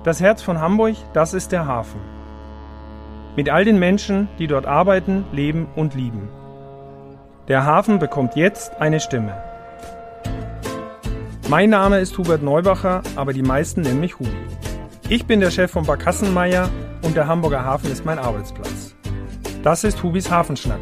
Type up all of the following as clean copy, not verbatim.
Das Herz von Hamburg, das ist der Hafen. Mit all den Menschen, die dort arbeiten, leben und lieben. Der Hafen bekommt jetzt eine Stimme. Mein Name ist Hubert Neubacher, aber die meisten nennen mich Hubi. Ich bin der Chef von Barkassenmeier und der Hamburger Hafen ist mein Arbeitsplatz. Das ist Hubis Hafenschnack.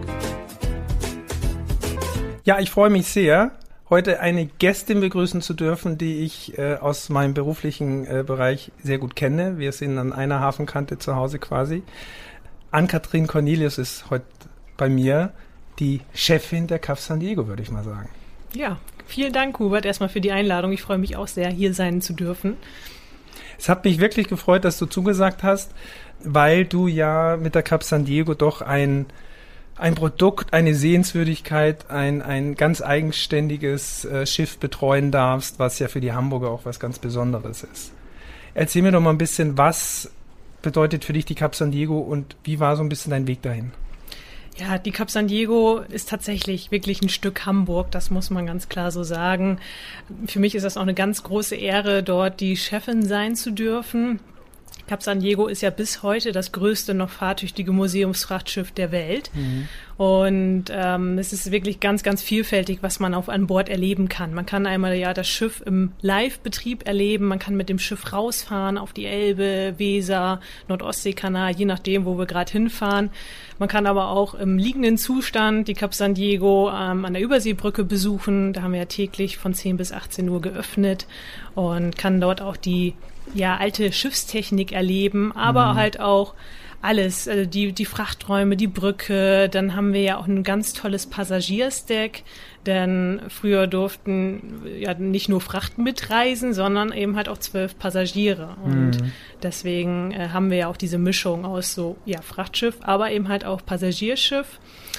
Ja, ich freue mich sehr, heute eine Gästin begrüßen zu dürfen, die ich aus meinem beruflichen Bereich sehr gut kenne. Wir sind an einer Hafenkante zu Hause quasi. Ann-Kathrin Cornelius ist heute bei mir, die Chefin der CAF San Diego, würde ich mal sagen. Ja, vielen Dank, Hubert, erstmal für die Einladung. Ich freue mich auch sehr, hier sein zu dürfen. Es hat mich wirklich gefreut, dass du zugesagt hast, weil du ja mit der CAF San Diego doch ein Produkt, eine Sehenswürdigkeit, ein ganz eigenständiges Schiff betreuen darfst, was ja für die Hamburger auch was ganz Besonderes ist. Erzähl mir doch mal ein bisschen, was bedeutet für dich die CAF San Diego und wie war so ein bisschen dein Weg dahin? Ja, die CAF San Diego ist tatsächlich wirklich ein Stück Hamburg, das muss man ganz klar so sagen. Für mich ist das auch eine ganz große Ehre, dort die Chefin sein zu dürfen. CAF San Diego ist ja bis heute das größte noch fahrtüchtige Museumsfrachtschiff der Welt. Mhm. Und es ist wirklich ganz, ganz vielfältig, was man an Bord erleben kann. Man kann einmal ja das Schiff im Live-Betrieb erleben, man kann mit dem Schiff rausfahren auf die Elbe, Weser, Nordostseekanal, je nachdem, wo wir gerade hinfahren. Man kann aber auch im liegenden Zustand die CAF San Diego an der Überseebrücke besuchen. Da haben wir ja täglich von 10 bis 18 Uhr geöffnet und kann dort auch die alte Schiffstechnik erleben, aber halt auch alles, also die Frachträume, die Brücke, dann haben wir ja auch ein ganz tolles Passagiersdeck, denn früher durften ja nicht nur Frachten mitreisen, sondern eben halt auch 12 Passagiere und deswegen haben wir ja auch diese Mischung aus Frachtschiff, aber eben halt auch Passagierschiff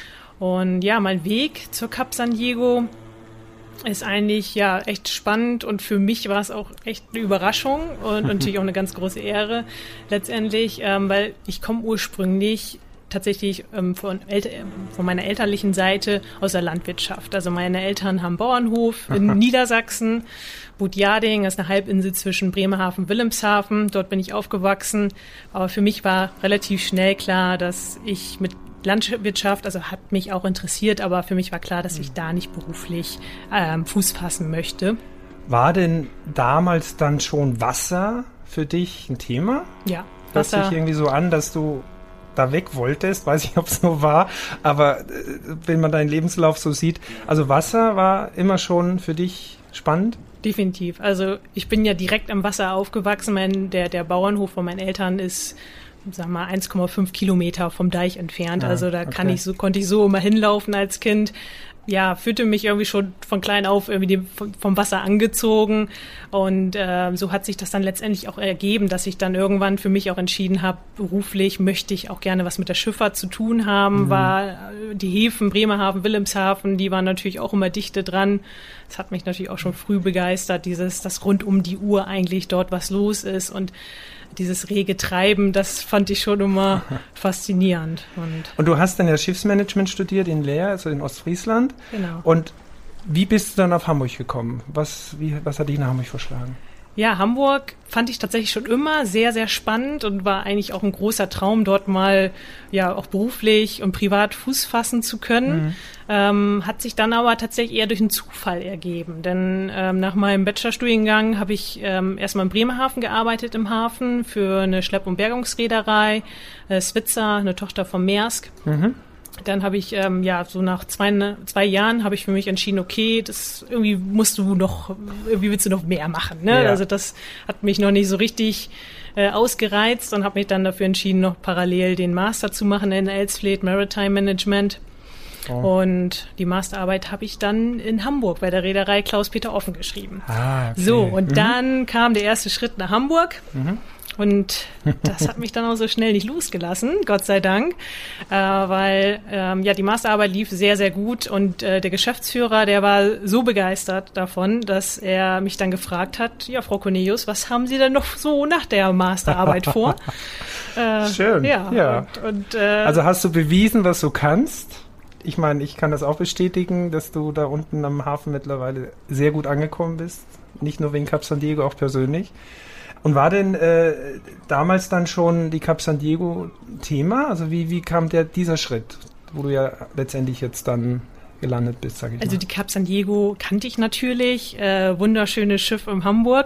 und ja, mein Weg zur CAF San Diego ist eigentlich echt spannend und für mich war es auch echt eine Überraschung und natürlich auch eine ganz große Ehre letztendlich, weil ich komme ursprünglich tatsächlich von meiner elterlichen Seite aus der Landwirtschaft. Also meine Eltern haben Bauernhof in Niedersachsen, Budjading, das ist eine Halbinsel zwischen Bremerhaven und Wilhelmshaven. Dort bin ich aufgewachsen, aber für mich war relativ schnell klar, dass ich mit Landwirtschaft, also hat mich auch interessiert, aber für mich war klar, dass ich da nicht beruflich Fuß fassen möchte. War denn damals dann schon Wasser für dich ein Thema? Ja. Hört sich irgendwie so an, dass du da weg wolltest, weiß ich, ob es so war, aber wenn man deinen Lebenslauf so sieht, also Wasser war immer schon für dich spannend? Definitiv. Also ich bin ja direkt am Wasser aufgewachsen. Der Bauernhof von meinen Eltern ist 1,5 Kilometer vom Deich entfernt. Also da konnte ich so immer hinlaufen als Kind. Ja, fühlte mich irgendwie schon von klein auf irgendwie vom Wasser angezogen. Und so hat sich das dann letztendlich auch ergeben, dass ich dann irgendwann für mich auch entschieden habe, beruflich möchte ich auch gerne was mit der Schifffahrt zu tun haben. War die Häfen, Bremerhaven, Wilhelmshaven, die waren natürlich auch immer dichte dran. Das hat mich natürlich auch schon früh begeistert, dass rund um die Uhr eigentlich dort was los ist und dieses rege Treiben, das fand ich schon immer faszinierend. Und du hast dann ja Schiffsmanagement studiert in Leer, also in Ostfriesland. Genau. Und wie bist du dann auf Hamburg gekommen? Was hat dich nach Hamburg verschlagen? Ja, Hamburg fand ich tatsächlich schon immer sehr, sehr spannend und war eigentlich auch ein großer Traum, dort mal auch beruflich und privat Fuß fassen zu können. Hat sich dann aber tatsächlich eher durch einen Zufall ergeben. Denn nach meinem Bachelorstudiengang habe ich erstmal in Bremerhaven gearbeitet im Hafen für eine Schlepp- und Bergungsreederei, Svitzer, eine Tochter von Maersk. Dann habe ich, so nach zwei Jahren habe ich für mich entschieden, okay, das irgendwie willst du noch mehr machen, ne? Ja. Also das hat mich noch nicht so richtig ausgereizt und habe mich dann dafür entschieden, noch parallel den Master zu machen in Elsfleth Maritime Management. Oh. Und die Masterarbeit habe ich dann in Hamburg bei der Reederei Klaus-Peter Offen geschrieben. Okay. So, und dann kam der erste Schritt nach Hamburg. Und das hat mich dann auch so schnell nicht losgelassen, Gott sei Dank, weil die Masterarbeit lief sehr, sehr gut und der Geschäftsführer, der war so begeistert davon, dass er mich dann gefragt hat, ja, Frau Cornelius, was haben Sie denn noch so nach der Masterarbeit vor? Schön. Ja. Also hast du bewiesen, was du kannst? Ich meine, ich kann das auch bestätigen, dass du da unten am Hafen mittlerweile sehr gut angekommen bist. Nicht nur wegen CAF San Diego, auch persönlich. Und war denn damals dann schon die Cap San Diego Thema? Also wie kam dieser Schritt, wo du ja letztendlich jetzt dann gelandet bist, sage ich mal? Also die Cap San Diego kannte ich natürlich, wunderschönes Schiff in Hamburg.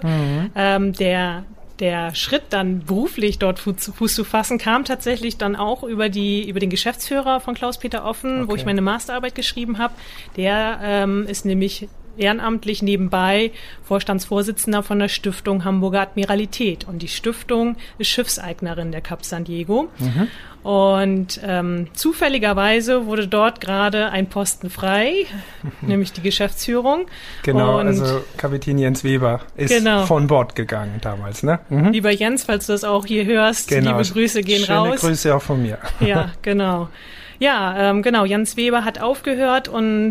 Der Schritt dann beruflich dort Fuß zu fassen, kam tatsächlich dann auch über den Geschäftsführer von Klaus-Peter Offen, wo ich meine Masterarbeit geschrieben habe. Der ist nämlich ehrenamtlich nebenbei Vorstandsvorsitzender von der Stiftung Hamburger Admiralität. Und die Stiftung ist Schiffseignerin der Cap San Diego. Und zufälligerweise wurde dort gerade ein Posten frei, nämlich die Geschäftsführung. Genau, und also Kapitän Jens Weber ist von Bord gegangen damals, ne? Lieber Jens, falls du das auch hier hörst, liebe Grüße gehen raus. Schöne Grüße auch von mir. Ja, genau. Ja, genau. Jens Weber hat aufgehört und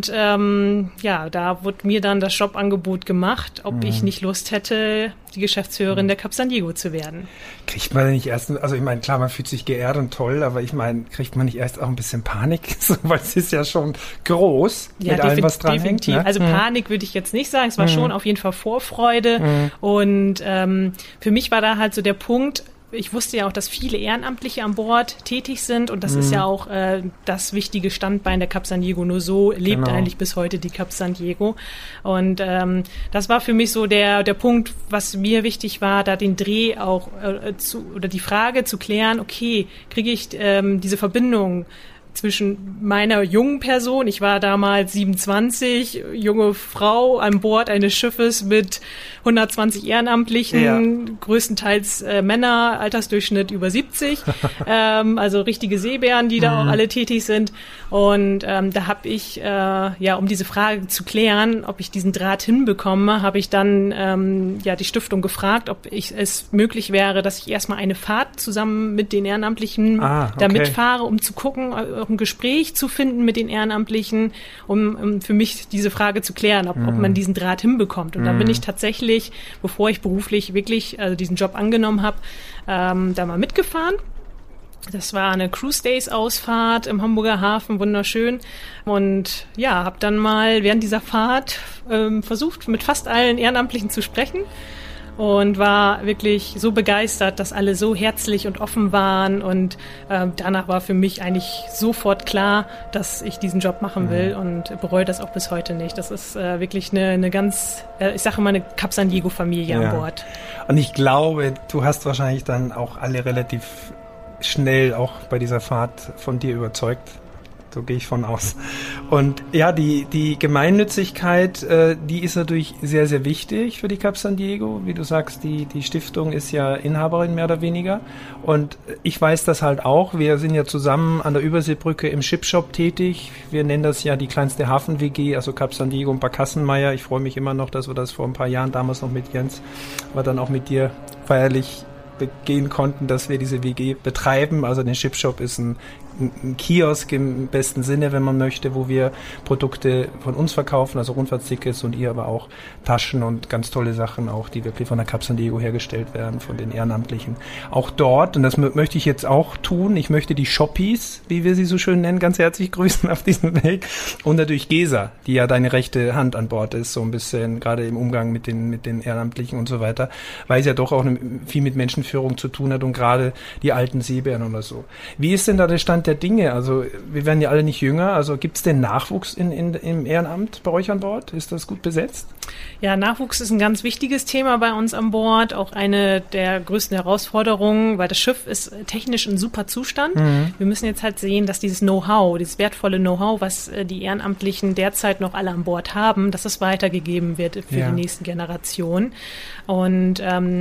da wurde mir dann das Jobangebot gemacht, ob ich nicht Lust hätte, die Geschäftsführerin der Cap San Diego zu werden. Kriegt man nicht erst, also ich meine, klar, man fühlt sich geehrt und toll, aber ich meine, kriegt man nicht erst auch ein bisschen Panik? Weil es ist ja schon groß mit allem, was dran hängt. Ne? Also Panik würde ich jetzt nicht sagen, es war schon auf jeden Fall Vorfreude und für mich war da halt so der Punkt, ich wusste ja auch, dass viele Ehrenamtliche an Bord tätig sind und das ist ja auch das wichtige Standbein der Cap San Diego. Nur so lebt eigentlich bis heute die Cap San Diego. Und das war für mich so der Punkt, was mir wichtig war, da den Dreh auch oder die Frage zu klären, okay, kriege ich diese Verbindung zwischen meiner jungen Person, ich war damals 27, junge Frau an Bord eines Schiffes mit 120 Ehrenamtlichen, größtenteils Männer, Altersdurchschnitt über 70, also richtige Seebären, die da auch alle tätig sind. Und da habe ich, um diese Frage zu klären, ob ich diesen Draht hinbekomme, habe ich dann die Stiftung gefragt, ob es möglich wäre, dass ich erstmal eine Fahrt zusammen mit den Ehrenamtlichen da mitfahre, um zu gucken, ein Gespräch zu finden mit den Ehrenamtlichen, um für mich diese Frage zu klären, ob man diesen Draht hinbekommt. Und dann bin ich tatsächlich, bevor ich beruflich wirklich diesen Job angenommen habe, da mal mitgefahren. Das war eine Cruise Days Ausfahrt im Hamburger Hafen, wunderschön. Und ja, habe dann mal während dieser Fahrt versucht, mit fast allen Ehrenamtlichen zu sprechen. Und war wirklich so begeistert, dass alle so herzlich und offen waren. Und danach war für mich eigentlich sofort klar, dass ich diesen Job machen will und bereue das auch bis heute nicht. Das ist wirklich eine ganz, ich sage mal, eine Cap San Diego Familie an Bord. Und ich glaube, du hast wahrscheinlich dann auch alle relativ schnell auch bei dieser Fahrt von dir überzeugt. So gehe ich von aus. Und ja, die Gemeinnützigkeit, die ist natürlich sehr, sehr wichtig für die Cap San Diego. Wie du sagst, die Stiftung ist ja Inhaberin mehr oder weniger. Und ich weiß das halt auch. Wir sind ja zusammen an der Überseebrücke im Shipshop tätig. Wir nennen das ja die kleinste Hafen-WG, also Cap San Diego und Barkassenmeier. Ich freue mich immer noch, dass wir das vor ein paar Jahren, damals noch mit Jens, aber dann auch mit dir feierlich begehen konnten, dass wir diese WG betreiben. Also der Shipshop ist ein Kiosk im besten Sinne, wenn man möchte, wo wir Produkte von uns verkaufen, also Rundfahrtstickets und ihr aber auch Taschen und ganz tolle Sachen auch, die wirklich von der Cap San Diego hergestellt werden, von den Ehrenamtlichen. Auch dort, und das möchte ich jetzt auch tun, ich möchte die Shoppies, wie wir sie so schön nennen, ganz herzlich grüßen auf diesem Weg. Und natürlich Gesa, die ja deine rechte Hand an Bord ist, so ein bisschen, gerade im Umgang mit den Ehrenamtlichen und so weiter, weil es ja doch auch viel mit Menschenführung zu tun hat und gerade die alten Seebären oder so. Wie ist denn da der Stand der Dinge? Also wir werden ja alle nicht jünger, also gibt es denn Nachwuchs im Ehrenamt bei euch an Bord? Ist das gut besetzt? Ja, Nachwuchs ist ein ganz wichtiges Thema bei uns an Bord, auch eine der größten Herausforderungen, weil das Schiff ist technisch in super Zustand. Wir müssen jetzt halt sehen, dass dieses Know-how, dieses wertvolle Know-how, was die Ehrenamtlichen derzeit noch alle an Bord haben, dass es weitergegeben wird für die nächsten Generationen. Und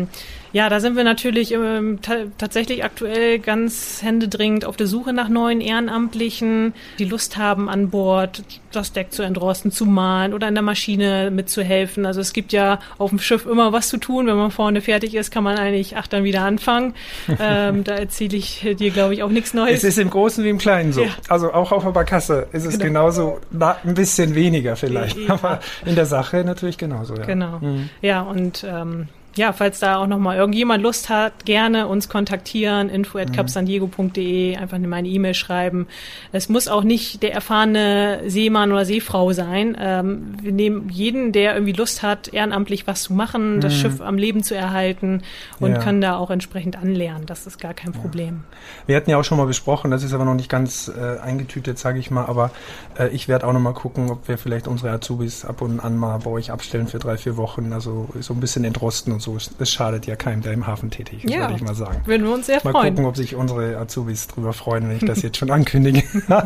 da sind wir natürlich tatsächlich aktuell ganz händedringend auf der Suche nach neuen Ehrenamtlichen, die Lust haben, an Bord das Deck zu entrosten, zu malen oder in der Maschine mitzuhelfen. Also es gibt ja auf dem Schiff immer was zu tun. Wenn man vorne fertig ist, kann man eigentlich dann wieder anfangen. Da erzähle ich dir, glaube ich, auch nichts Neues. Es ist im Großen wie im Kleinen so. Ja. Also auch auf der Barkasse ist es genauso, ein bisschen weniger vielleicht, aber in der Sache natürlich genauso. Ja. Genau. Ja, und ja, falls da auch nochmal irgendjemand Lust hat, gerne uns kontaktieren, info@capsandiego.de, einfach meine E-Mail schreiben. Es muss auch nicht der erfahrene Seemann oder Seefrau sein. Wir nehmen jeden, der irgendwie Lust hat, ehrenamtlich was zu machen, das Schiff am Leben zu erhalten und können da auch entsprechend anlernen. Das ist gar kein Problem. Wir hatten ja auch schon mal besprochen, das ist aber noch nicht ganz eingetütet, sage ich mal, aber ich werde auch noch mal gucken, ob wir vielleicht unsere Azubis ab und an mal bei euch abstellen für 3-4 Wochen, also so ein bisschen entrosten und so. Das schadet ja keinem, der im Hafen tätig ist, würde ich mal sagen. Würden wir uns sehr freuen. Mal gucken, ob sich unsere Azubis drüber freuen, wenn ich das jetzt schon ankündige.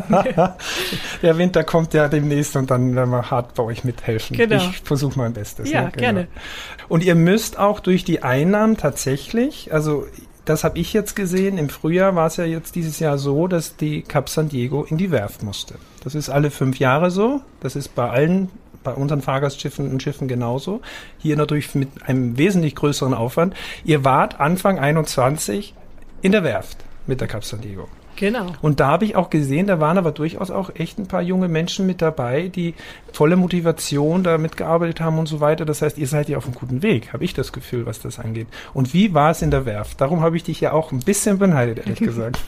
Der Winter kommt ja demnächst und dann werden wir hart bei euch mithelfen. Genau. Ich versuche mein Bestes. Ja, ne? Genau. gerne. Und ihr müsst auch durch die Einnahmen tatsächlich, also das habe ich jetzt gesehen, im Frühjahr war es ja jetzt dieses Jahr so, dass die Cap San Diego in die Werft musste. Das ist alle 5 Jahre so. Das ist bei unseren Fahrgastschiffen und Schiffen genauso. Hier natürlich mit einem wesentlich größeren Aufwand. Ihr wart Anfang 21 in der Werft mit der Cap San Diego. Genau. Und da habe ich auch gesehen, da waren aber durchaus auch echt ein paar junge Menschen mit dabei, die volle Motivation da mitgearbeitet haben und so weiter. Das heißt, ihr seid ja auf einem guten Weg, habe ich das Gefühl, was das angeht. Und wie war es in der Werft? Darum habe ich dich ja auch ein bisschen beneidet, ehrlich gesagt.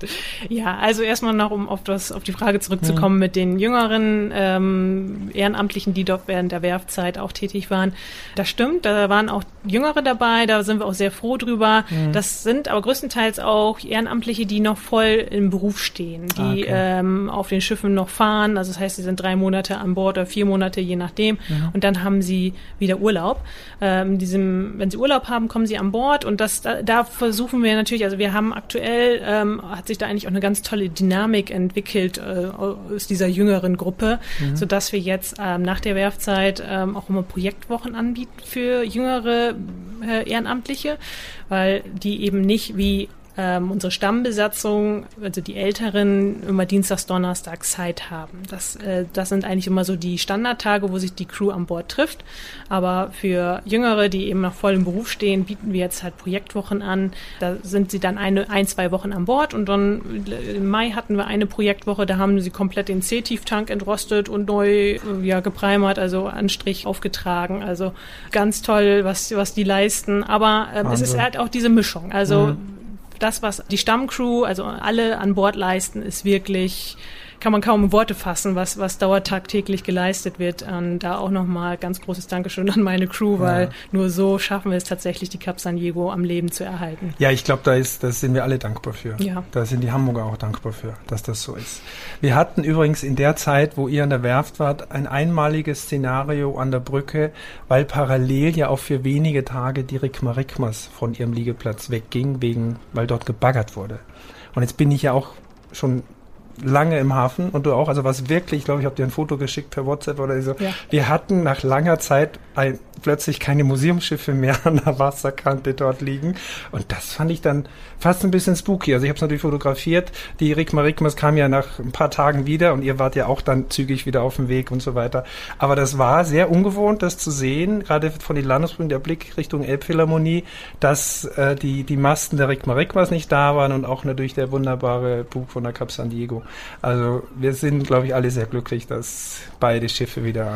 Ja, also erstmal noch, um auf die Frage zurückzukommen mit den jüngeren Ehrenamtlichen, die dort während der Werftzeit auch tätig waren. Das stimmt, da waren auch Jüngere dabei, da sind wir auch sehr froh drüber. Das sind aber größtenteils auch Ehrenamtliche, die noch voll im Beruf stehen, die auf den Schiffen noch fahren. Also das heißt, sie sind 3 Monate an Bord oder 4 Monate, je nachdem. Und dann haben sie wieder Urlaub. Wenn sie Urlaub haben, kommen sie an Bord. Und da versuchen wir natürlich, also wir haben aktuell, hat sich da eigentlich auch eine ganz tolle Dynamik entwickelt aus dieser jüngeren Gruppe, sodass wir jetzt nach der Werftzeit auch immer Projektwochen anbieten für jüngere Ehrenamtliche, weil die eben nicht wie unsere Stammbesatzung, also die Älteren, immer dienstags, donnerstags Zeit haben. Das sind eigentlich immer so die Standardtage, wo sich die Crew an Bord trifft. Aber für Jüngere, die eben noch voll im Beruf stehen, bieten wir jetzt halt Projektwochen an. Da sind sie dann 1-2 Wochen an Bord und dann im Mai hatten wir eine Projektwoche, da haben sie komplett den C-Tieftank entrostet und neu gepreimert, also Anstrich aufgetragen. Also ganz toll, was die leisten. Aber es ist halt auch diese Mischung. Also das, was die Stammcrew, also alle an Bord leisten, ist wirklich, kann man kaum in Worte fassen, was dauertagtäglich geleistet wird. Und da auch nochmal ganz großes Dankeschön an meine Crew, weil nur so schaffen wir es tatsächlich, die Cap San Diego am Leben zu erhalten. Ja, ich glaube, da sind wir alle dankbar für. Ja. Da sind die Hamburger auch dankbar für, dass das so ist. Wir hatten übrigens in der Zeit, wo ihr an der Werft wart, ein einmaliges Szenario an der Brücke, weil parallel ja auch für wenige Tage die Rikma-Rikmas von ihrem Liegeplatz wegging, weil dort gebaggert wurde. Und jetzt bin ich ja auch schon lange im Hafen und du auch, also was wirklich, ich glaube, ich habe dir ein Foto geschickt per WhatsApp oder so. Ja. Wir hatten nach langer Zeit plötzlich keine Museumsschiffe mehr an der Wasserkante dort liegen und das fand ich dann fast ein bisschen spooky. Also ich habe es natürlich fotografiert, die Rikmas kamen ja nach ein paar Tagen wieder und ihr wart ja auch dann zügig wieder auf dem Weg und so weiter. Aber das war sehr ungewohnt, das zu sehen, gerade von den Landesbrücken, der Blick Richtung Elbphilharmonie, dass die Masten der Rikmas nicht da waren und auch natürlich der wunderbare Bug von der Cap San Diego. Also wir sind, glaube ich, alle sehr glücklich, dass beide Schiffe wieder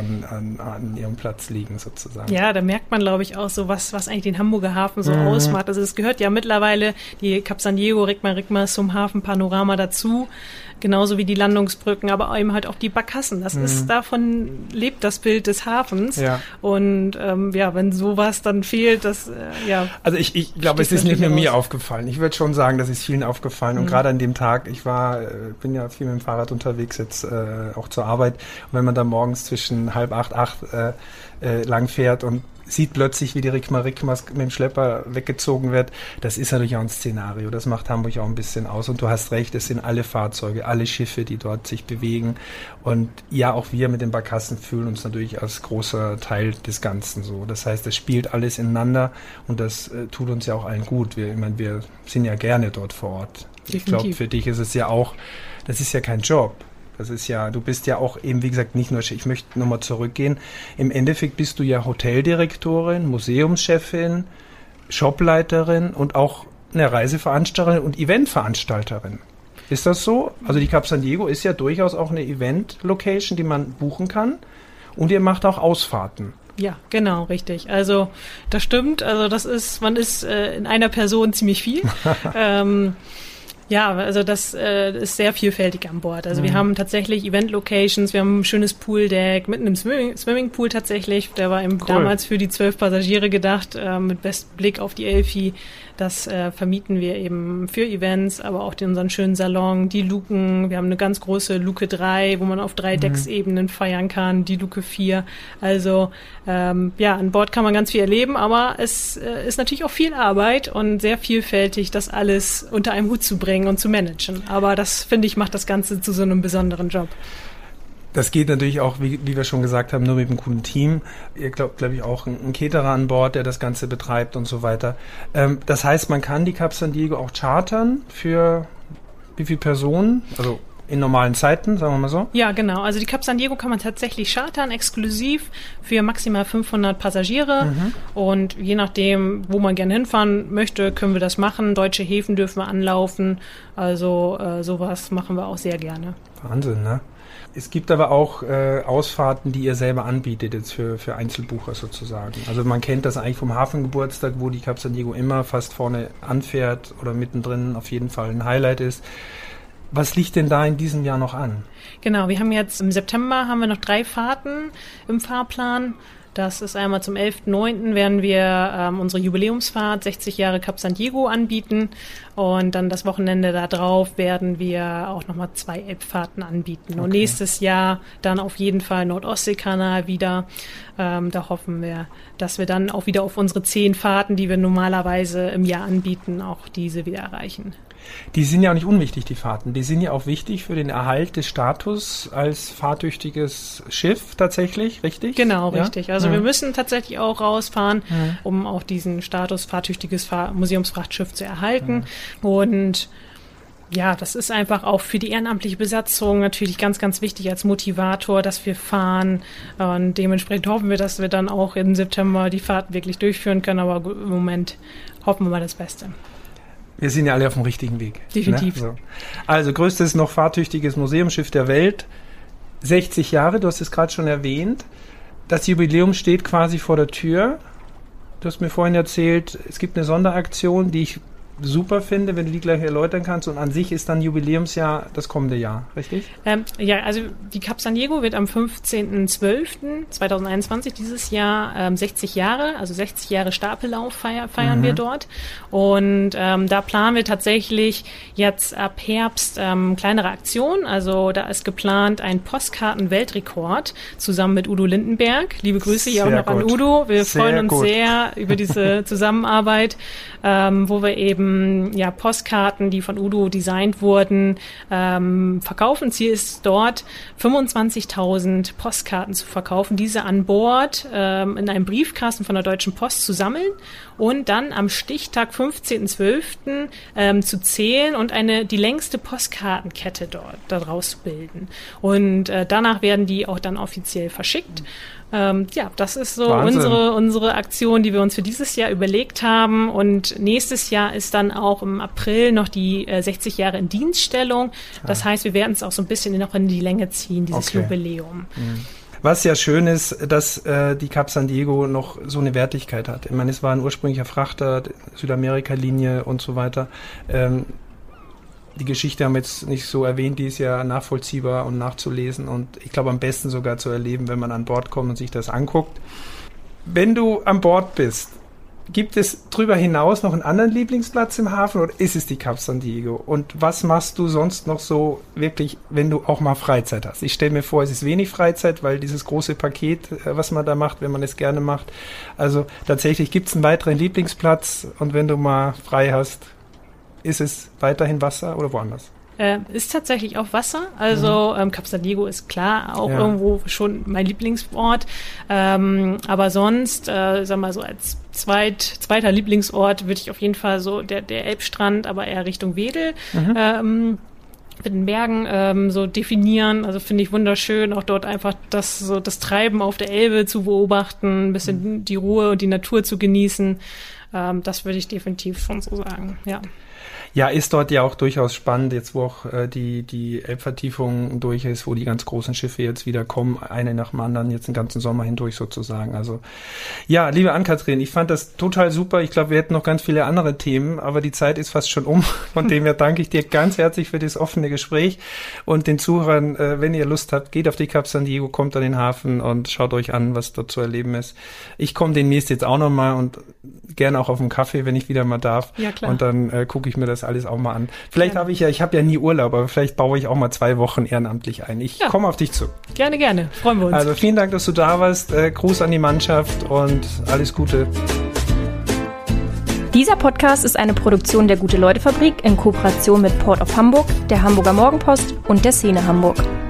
an ihrem Platz liegen sozusagen. Ja, da merkt man, glaube ich, auch so, was eigentlich den Hamburger Hafen so ausmacht. Also es gehört ja mittlerweile die Cap San Diego, Rikmas zum Hafenpanorama dazu. Genauso wie die Landungsbrücken, aber eben halt auch die Barkassen. Das ist, davon lebt das Bild des Hafens. Ja. Und wenn sowas dann fehlt, Also ich glaube, es ist nicht nur mir aufgefallen. Ich würde schon sagen, das ist vielen aufgefallen. Und gerade an dem Tag, ich bin ja viel mit dem Fahrrad unterwegs jetzt auch zur Arbeit. Und wenn man da morgens zwischen 7:30, 8 lang fährt und sieht plötzlich, wie die Rikmas mit dem Schlepper weggezogen wird. Das ist natürlich auch ein Szenario. Das macht Hamburg auch ein bisschen aus. Und du hast recht, es sind alle Fahrzeuge, alle Schiffe, die dort sich bewegen. Und ja, auch wir mit den Barkassen fühlen uns natürlich als großer Teil des Ganzen so. Das heißt, es spielt alles ineinander und das tut uns ja auch allen gut. Wir sind ja gerne dort vor Ort. Definitiv. Ich glaube, für dich ist es ja auch, das ist ja kein Job. Das ist ja, du bist ja auch eben, wie gesagt, nicht nur, ich möchte nochmal zurückgehen, im Endeffekt bist du ja Hoteldirektorin, Museumschefin, Shopleiterin und auch eine Reiseveranstalterin und Eventveranstalterin. Ist das so? Also die Cap San Diego ist ja durchaus auch eine Event-Location, die man buchen kann und ihr macht auch Ausfahrten. Ja, genau, richtig. Also das stimmt. Also man ist in einer Person ziemlich viel. Ja, also das ist sehr vielfältig an Bord. Also wir haben tatsächlich Event-Locations, wir haben ein schönes Pooldeck mitten im Swimmingpool tatsächlich. Der war eben damals für die 12 Passagiere gedacht, mit bestem Blick auf die Elfi. Das vermieten wir eben für Events, aber auch unseren schönen Salon, die Luken. Wir haben eine ganz große Luke 3, wo man auf 3 Decksebenen feiern kann, die Luke 4. Also an Bord kann man ganz viel erleben, aber es ist natürlich auch viel Arbeit und sehr vielfältig, das alles unter einem Hut zu bringen und zu managen. Aber das, finde ich, macht das Ganze zu so einem besonderen Job. Das geht natürlich auch, wie wir schon gesagt haben, nur mit einem coolen Team. Ihr glaube ich, auch ein Caterer an Bord, der das Ganze betreibt und so weiter. Das heißt, man kann die Cap San Diego auch chartern für wie viele Personen? Also in normalen Zeiten, sagen wir mal so? Ja, genau. Also die Cap San Diego kann man tatsächlich chartern, exklusiv für maximal 500 Passagiere. Und je nachdem, wo man gerne hinfahren möchte, können wir das machen. Deutsche Häfen dürfen wir anlaufen. Also sowas machen wir auch sehr gerne. Wahnsinn, ne? Es gibt aber auch Ausfahrten, die ihr selber anbietet, jetzt für Einzelbucher sozusagen. Also man kennt das eigentlich vom Hafengeburtstag, wo die Cap San Diego immer fast vorne anfährt oder mittendrin auf jeden Fall ein Highlight ist. Was liegt denn da in diesem Jahr noch an? Genau, wir haben jetzt im September noch 3 Fahrten im Fahrplan. Das ist einmal zum 11.9. werden wir unsere Jubiläumsfahrt 60 Jahre Cap San Diego anbieten und dann das Wochenende da drauf werden wir auch nochmal 2 Elbfahrten anbieten. Okay. Und nächstes Jahr dann auf jeden Fall Nordostseekanal wieder. Da hoffen wir, dass wir dann auch wieder auf unsere 10 Fahrten, die wir normalerweise im Jahr anbieten, auch diese wieder erreichen. Die sind ja auch nicht unwichtig, die Fahrten. Die sind ja auch wichtig für den Erhalt des Status als fahrtüchtiges Schiff tatsächlich, richtig? Genau, ja? Richtig. Also wir müssen tatsächlich auch rausfahren, um auch diesen Status fahrtüchtiges Museumsfrachtschiff zu erhalten. Und ja, das ist einfach auch für die ehrenamtliche Besatzung natürlich ganz, ganz wichtig als Motivator, dass wir fahren. Und dementsprechend hoffen wir, dass wir dann auch im September die Fahrt wirklich durchführen können. Aber im Moment hoffen wir mal das Beste. Wir sind ja alle auf dem richtigen Weg. Definitiv. Ne? So. Also größtes noch fahrtüchtiges Museumsschiff der Welt. 60 Jahre, du hast es gerade schon erwähnt. Das Jubiläum steht quasi vor der Tür. Du hast mir vorhin erzählt, es gibt eine Sonderaktion, die ich super finde, wenn du die gleich erläutern kannst. Und an sich ist dann Jubiläumsjahr das kommende Jahr, richtig? Ja, also die Cap San Diego wird am 15.12.2021 dieses Jahr 60 Jahre, also 60 Jahre Stapellauf feiern wir dort. Und da planen wir tatsächlich jetzt ab Herbst kleinere Aktionen. Also da ist geplant ein Postkarten-Weltrekord zusammen mit Udo Lindenberg. Liebe Grüße hier auch noch an Udo. Wir freuen uns sehr über diese Zusammenarbeit, wo wir eben Postkarten, die von Udo designt wurden, verkaufen. Ziel ist dort 25.000 Postkarten zu verkaufen, diese an Bord in einem Briefkasten von der Deutschen Post zu sammeln und dann am Stichtag 15.12. Zu zählen und die längste Postkartenkette daraus zu bilden. Und danach werden die auch dann offiziell verschickt. Das ist so unsere Aktion, die wir uns für dieses Jahr überlegt haben. Und nächstes Jahr ist dann auch im April noch die 60 Jahre in Dienststellung. Das heißt, wir werden es auch so ein bisschen noch in die Länge ziehen, dieses Jubiläum. Was ja schön ist, dass die Cap San Diego noch so eine Wertigkeit hat. Ich meine, es war ein ursprünglicher Frachter, Südamerika-Linie und so weiter. Die Geschichte haben wir jetzt nicht so erwähnt, die ist ja nachvollziehbar und nachzulesen und ich glaube am besten sogar zu erleben, wenn man an Bord kommt und sich das anguckt. Wenn du an Bord bist, gibt es darüber hinaus noch einen anderen Lieblingsplatz im Hafen oder ist es die Cap San Diego? Und was machst du sonst noch so wirklich, wenn du auch mal Freizeit hast? Ich stelle mir vor, es ist wenig Freizeit, weil dieses große Paket, was man da macht, wenn man es gerne macht. Also tatsächlich gibt es einen weiteren Lieblingsplatz und wenn du mal frei hast, ist es weiterhin Wasser oder woanders? Ist tatsächlich auch Wasser. Also Cap San Diego ist klar auch irgendwo schon mein Lieblingsort. Aber sonst, sag mal so als zweiter Lieblingsort würde ich auf jeden Fall so der Elbstrand, aber eher Richtung Wedel mit den Bergen so definieren. Also finde ich wunderschön, auch dort einfach das Treiben auf der Elbe zu beobachten, ein bisschen die Ruhe und die Natur zu genießen. Das würde ich definitiv schon so sagen, ja. Ja, ist dort ja auch durchaus spannend, jetzt wo auch die Elbvertiefung durch ist, wo die ganz großen Schiffe jetzt wieder kommen, eine nach dem anderen, jetzt den ganzen Sommer hindurch sozusagen. Also ja, liebe Ann-Kathrin, ich fand das total super. Ich glaube, wir hätten noch ganz viele andere Themen, aber die Zeit ist fast schon um. Von dem her danke ich dir ganz herzlich für das offene Gespräch und den Zuhörern, wenn ihr Lust habt, geht auf die Cap San Diego, kommt an den Hafen und schaut euch an, was dort zu erleben ist. Ich komme demnächst jetzt auch nochmal und gerne auch auf einen Kaffee, wenn ich wieder mal darf. Ja, klar. Und dann gucke ich mir das alles auch mal an. Vielleicht habe ich ja nie Urlaub, aber vielleicht baue ich auch mal 2 Wochen ehrenamtlich ein. Ich komme auf dich zu. Gerne, gerne. Freuen wir uns. Also vielen Dank, dass du da warst. Gruß an die Mannschaft und alles Gute. Dieser Podcast ist eine Produktion der Gute-Leute-Fabrik in Kooperation mit Port of Hamburg, der Hamburger Morgenpost und der Szene Hamburg.